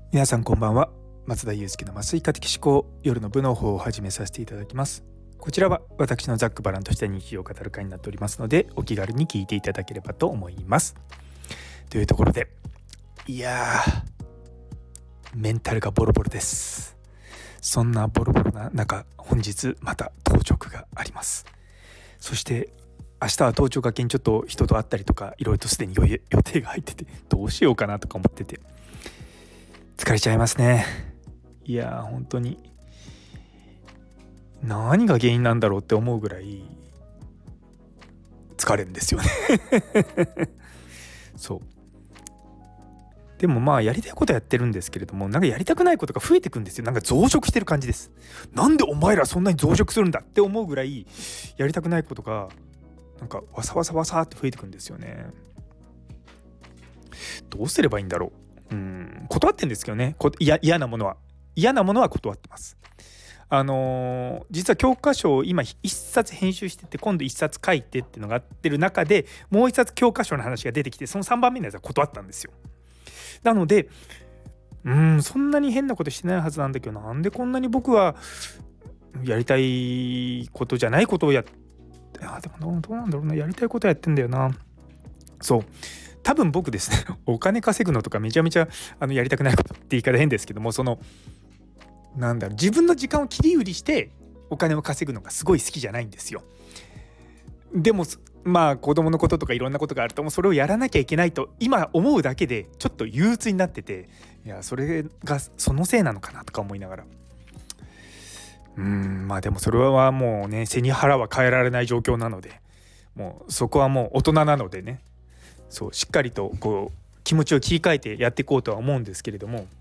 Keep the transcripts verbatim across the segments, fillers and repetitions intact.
皆さんこんばんは。松田祐介の麻酔科的思考、夜の部の方を始めさせていただきます。こちらは私のざっくばらんとした日常を語る会になっておりますので、お気軽に聞いていただければと思います。というところで、いやーメンタルがボロボロです。そんなボロボロな中、本日また当直があります。そして明日は当直がけんちょっと人と会ったりとか、いろいろとすでに予定が入ってて、どうしようかなとか思ってて疲れちゃいますね。いやー本当に何が原因なんだろうって思うぐらい疲れるんですよねそうでもまあやりたいことやってるんですけれども、なんかやりたくないことが増えてくんですよ。なんか増殖してる感じです。なんでお前らそんなに増殖するんだって思うぐらいやりたくないことがなんかわさわさわさって増えてくんですよね。どうすればいいんだろう。うん断ってんですけどね。こいや嫌なものは嫌なものは断ってます。あのー、実は教科書を今一冊編集してて、今度一冊書いてっていうのがあってる中で、もう一冊教科書の話が出てきて、そのさんばんめのやつは断ったんですよ。なのでうーんそんなに変なことしてないはずなんだけど、なんでこんなに僕はやりたいことじゃないことをやって、あでもどうなんだろうな、やりたいことやってんだよな。そう多分僕ですねお金稼ぐのとかめちゃめちゃあのやりたくないことって言い方変ですけども、そのなんだろう、自分の時間を切り売りしてお金を稼ぐのがすごい好きじゃないんですよ。でもまあ子供のこととかいろんなことがあると、もうそれをやらなきゃいけないと今思うだけでちょっと憂鬱になってて、いやそれがそのせいなのかなとか思いながら、うーんまあでもそれはもうね背に腹は変えられない状況なので、もうそこはもう大人なのでね、そうしっかりとこう気持ちを切り替えてやっていこうとは思うんですけれども、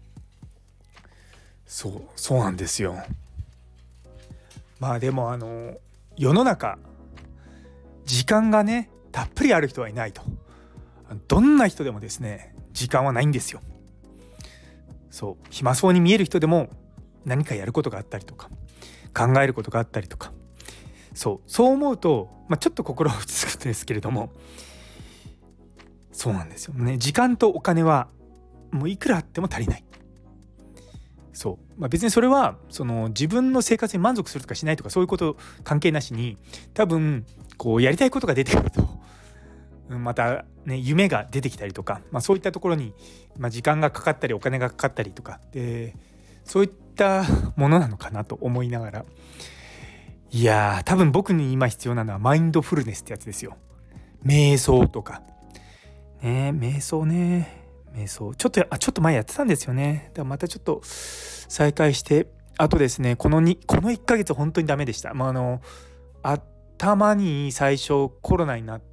そうそうなんですよ。まあでもあの世の中時間がねたっぷりある人はいないと。どんな人でもですね時間はないんですよ。そう暇そうに見える人でも何かやることがあったりとか考えることがあったりとか、そうそう思うと、まあ、ちょっと心が落ち着くんですけれども、そうなんですよね。時間とお金はもういくらあっても足りない。そう、まあ、別にそれはその自分の生活に満足するとかしないとかそういうこと関係なしに、多分こうやりたいことが出てくるとまたね夢が出てきたりとか、まあ、そういったところに、まあ、時間がかかったりお金がかかったりとかで、そういったものなのかなと思いながら、いやー多分僕に今必要なのはマインドフルネスってやつですよ。瞑想とかね、瞑想ね瞑想ちょっとあちょっと前やってたんですよね。だからまたちょっと再開して、あとですねこのにこのいっかげつ本当にダメでした。まああの頭に最初コロナになって、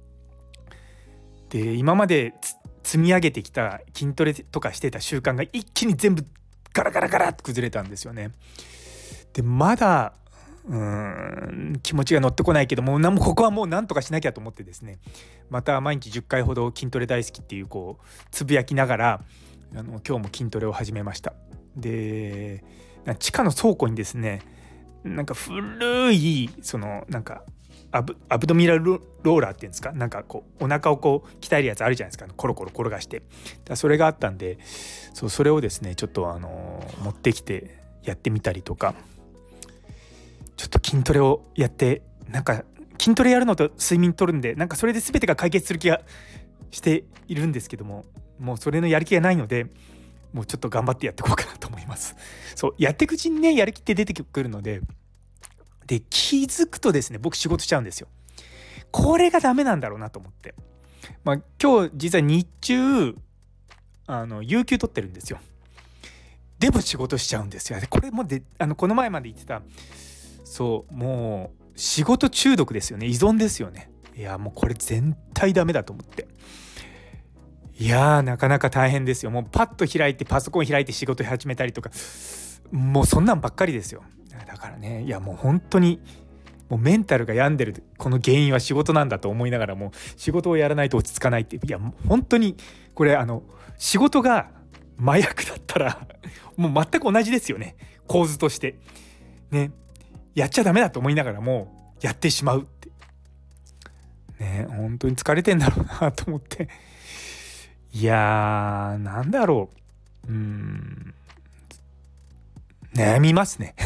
で今まで積み上げてきた筋トレとかしてた習慣が一気に全部ガラガラガラって崩れたんですよね。でまだうーん気持ちが乗ってこないけども、もここはもうなんとかしなきゃと思ってですね、また毎日じゅっかいほど筋トレ大好きっていうこうつぶやきながら、あの今日も筋トレを始めました。で地下の倉庫にですね、なんか古いそのなんかアブアブドミナルローラーっていうんですか、なんかこうお腹をこう鍛えるやつあるじゃないですか、コロコロ転がして。だそれがあったんで、そうそれをですねちょっとあの持ってきてやってみたりとか、ちょっと筋トレをやって、なんか筋トレやるのと睡眠取るんで、なんかそれで全てが解決する気がしているんですけども、もうそれのやる気がないので、もうちょっと頑張ってやっていこうかなと思います。そうやっていくうちにねやる気って出てくるので、で気づくとですね僕仕事しちゃうんですよ。これがダメなんだろうなと思って、まあ、今日実は日中あの有給取ってるんですよ。でも仕事しちゃうんですよ。これもであのこの前まで言ってた、そうもう仕事中毒ですよね。依存ですよね。いやもうこれ絶対ダメだと思って、いやーなかなか大変ですよ。もうパッと開いてパソコン開いて仕事始めたりとか、もうそんなんばっかりですよ。だからね、いやもう本当にもうメンタルが病んでるこの原因は仕事なんだと思いながらも、仕事をやらないと落ち着かないって、いや本当にこれあの仕事が麻薬だったらもう全く同じですよね、構図としてね。やっちゃダメだと思いながらもやってしまうってね、本当に疲れてんだろうなと思って、いやーなんだろう、 うーん悩みますね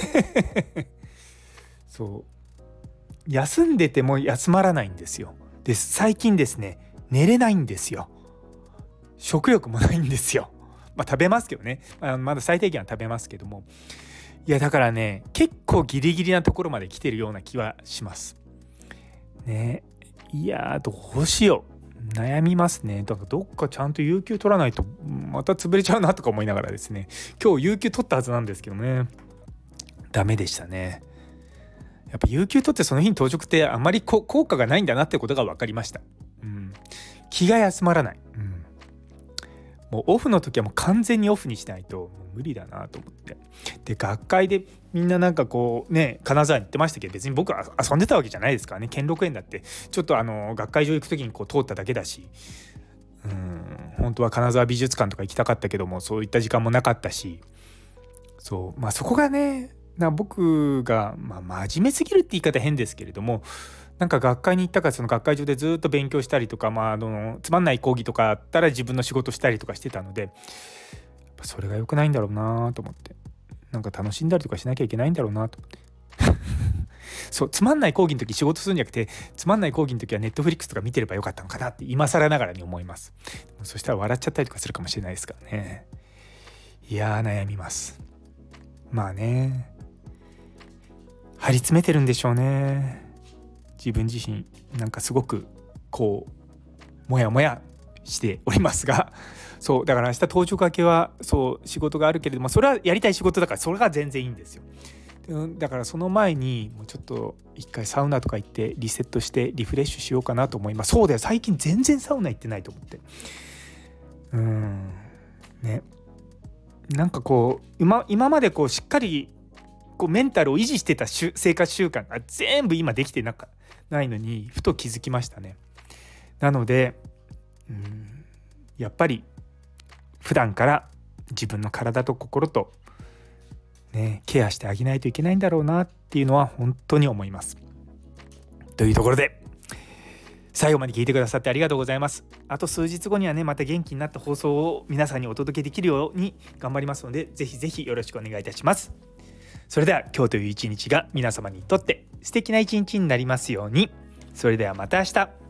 そう休んでても休まらないんですよ。で最近ですね寝れないんですよ。食欲もないんですよ。まあ食べますけどね、まあ、まだ最低限は食べますけども、いやだからね結構ギリギリなところまで来てるような気はしますね。いやどうしよう悩みますね。だからどっかちゃんと有給取らないとまた潰れちゃうなとか思いながらですね、今日有給取ったはずなんですけどね、ダメでしたね。やっぱ有給取ってその日に当直ってあんまり効果がないんだなってことが分かりました、うん、気が休まらない、うん、もうオフの時はもう完全にオフにしないともう無理だなと思って、で学会でみんななんかこうね金沢に行ってましたけど、別に僕は遊んでたわけじゃないですからね。兼六園だってちょっとあの学会場行く時にこう通っただけだし、うん本当は金沢美術館とか行きたかったけどもそういった時間もなかったし、そうまあそこがねな僕が、まあ、真面目すぎるって言い方変ですけれども、なんか学会に行ったからその学会場でずっと勉強したりとか、まあ、あのつまんない講義とかあったら自分の仕事したりとかしてたので、やっぱそれが良くないんだろうなと思って、なんか楽しんだりとかしなきゃいけないんだろうなと思ってそうつまんない講義の時仕事するんじゃなくて、つまんない講義の時はネットフリックスとか見てればよかったのかなって今更ながらに思います。そしたら笑っちゃったりとかするかもしれないですからね。いやー悩みます。まあね張り詰めてるんでしょうね。自分自身なんかすごくこうモヤモヤしておりますが、そうだから明日当直明けはそう仕事があるけれども、それはやりたい仕事だからそれが全然いいんですよ。だからその前にもうちょっと一回サウナとか行ってリセットしてリフレッシュしようかなと思います。そうだよ最近全然サウナ行ってないと思って、うーんねなんかこう 今, 今までこうしっかりこうメンタルを維持してた生活習慣が全部今できてなかないのにふと気づきましたね。なのでうんやっぱり普段から自分の体と心と、ね、ケアしてあげないといけないんだろうなっていうのは本当に思います。というところで最後まで聞いてくださってありがとうございます。あと数日後にはねまた元気になった放送を皆さんにお届けできるように頑張りますので、ぜひぜひよろしくお願いいたします。それでは今日という一日が皆様にとって素敵な一日になりますように。それではまた明日。